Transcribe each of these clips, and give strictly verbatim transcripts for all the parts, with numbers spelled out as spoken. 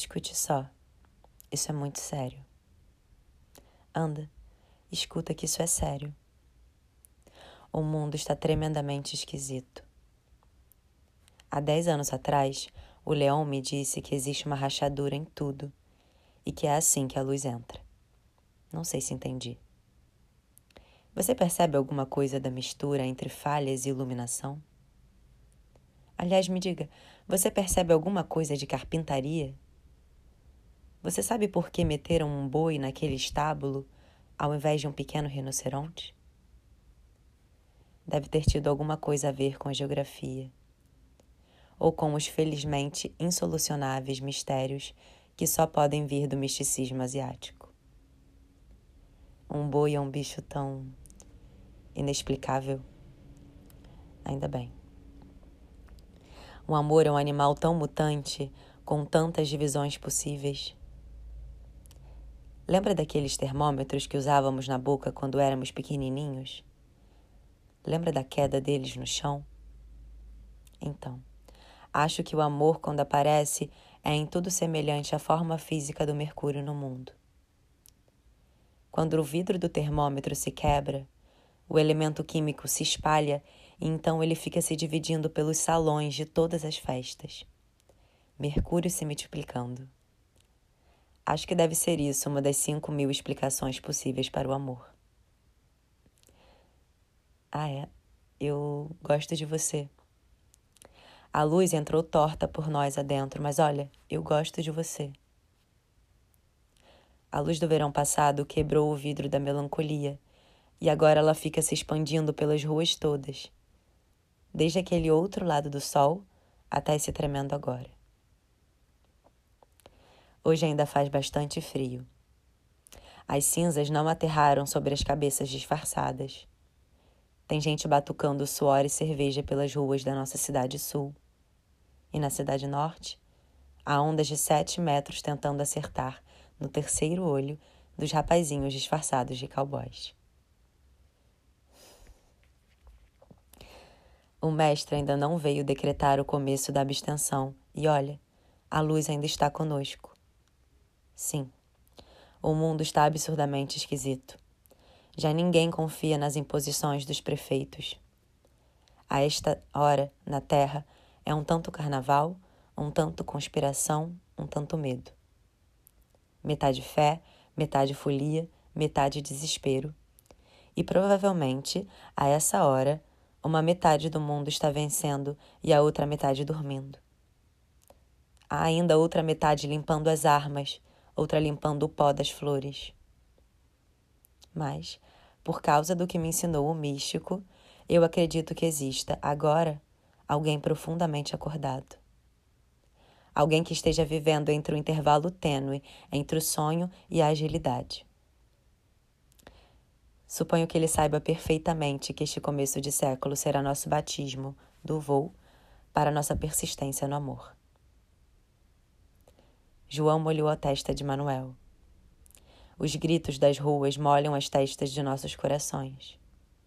Escute só, isso é muito sério. Anda, escuta que isso é sério. O mundo está tremendamente esquisito. Há dez anos atrás, o leão me disse que existe uma rachadura em tudo e que é assim que a luz entra. Não sei se entendi. Você percebe alguma coisa da mistura entre falhas e iluminação? Aliás, me diga, você percebe alguma coisa de carpintaria? Você sabe por que meteram um boi naquele estábulo ao invés de um pequeno rinoceronte? Deve ter tido alguma coisa a ver com a geografia, ou com os felizmente insolucionáveis mistérios que só podem vir do misticismo asiático. Um boi é um bicho tão inexplicável. Ainda bem. O amor é um animal tão mutante, com tantas divisões possíveis. Lembra daqueles termômetros que usávamos na boca quando éramos pequenininhos? Lembra da queda deles no chão? Então, acho que o amor, quando aparece, é em tudo semelhante à forma física do mercúrio no mundo. Quando o vidro do termômetro se quebra, o elemento químico se espalha e então ele fica se dividindo pelos salões de todas as festas. Mercúrio se multiplicando. Acho que deve ser isso uma das cinco mil explicações possíveis para o amor. Ah, é? Eu gosto de você. A luz entrou torta por nós adentro, mas olha, eu gosto de você. A luz do verão passado quebrou o vidro da melancolia e agora ela fica se expandindo pelas ruas todas, desde aquele outro lado do sol até esse tremendo agora. Hoje ainda faz bastante frio. As cinzas não aterraram sobre as cabeças disfarçadas. Tem gente batucando suor e cerveja pelas ruas da nossa cidade sul. E na cidade norte, há ondas de sete metros tentando acertar no terceiro olho dos rapazinhos disfarçados de cowboys. O mestre ainda não veio decretar o começo da abstenção e olha, a luz ainda está conosco. Sim, o mundo está absurdamente esquisito. Já ninguém confia nas imposições dos prefeitos. A esta hora, na Terra, é um tanto carnaval, um tanto conspiração, um tanto medo. Metade fé, metade folia, metade desespero. E provavelmente, a essa hora, uma metade do mundo está vencendo e a outra metade dormindo. Há ainda outra metade limpando as armas, outra limpando o pó das flores. Mas, por causa do que me ensinou o místico, eu acredito que exista, agora, alguém profundamente acordado. Alguém que esteja vivendo entre o intervalo tênue entre o sonho e a agilidade. Suponho que ele saiba perfeitamente que este começo de século será nosso batismo do voo para nossa persistência no amor. João molhou a testa de Manuel. Os gritos das ruas molham as testas de nossos corações.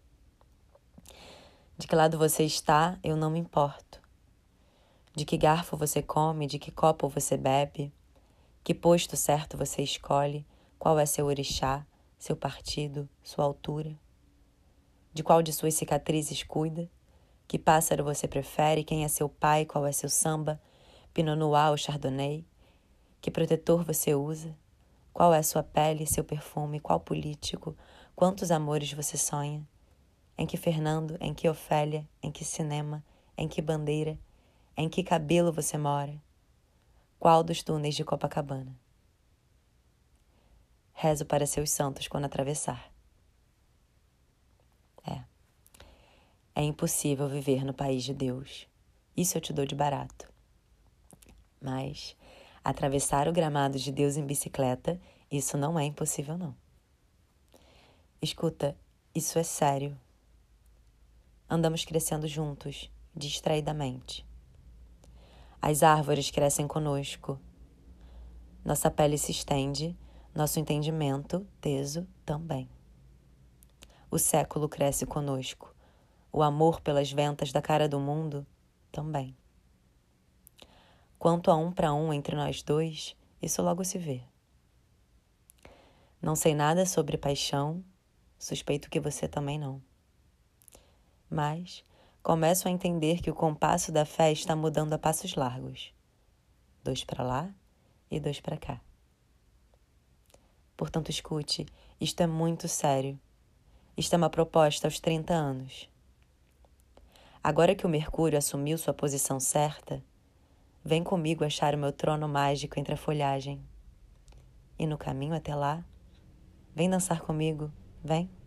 De que lado você está, eu não me importo. De que garfo você come, de que copo você bebe, que posto certo você escolhe, qual é seu orixá, seu partido, sua altura. De qual de suas cicatrizes cuida, que pássaro você prefere, quem é seu pai, qual é seu samba, Pinot Noir ou Chardonnay. Que protetor você usa? Qual é sua pele, seu perfume? Qual político? Quantos amores você sonha? Em que Fernando? Em que Ofélia? Em que cinema? Em que bandeira? Em que cabelo você mora? Qual dos túneis de Copacabana? Rezo para seus santos quando atravessar. É. É impossível viver no país de Deus. Isso eu te dou de barato. Mas atravessar o gramado de Deus em bicicleta, isso não é impossível, não. Escuta, isso é sério. Andamos crescendo juntos, distraidamente. As árvores crescem conosco. Nossa pele se estende, nosso entendimento, teso, também. O século cresce conosco. O amor pelas ventas da cara do mundo, também. Quanto a um para um entre nós dois, Isso logo se vê. Não sei nada sobre paixão, suspeito que você também não. Mas começo a entender que o compasso da fé está mudando a passos largos. Dois para lá e dois para cá. Portanto, escute, isto é muito sério. Isto é uma proposta aos trinta anos. Agora que o Mercúrio assumiu sua posição certa, vem comigo achar o meu trono mágico entre a folhagem. E no caminho até lá, vem dançar comigo, vem.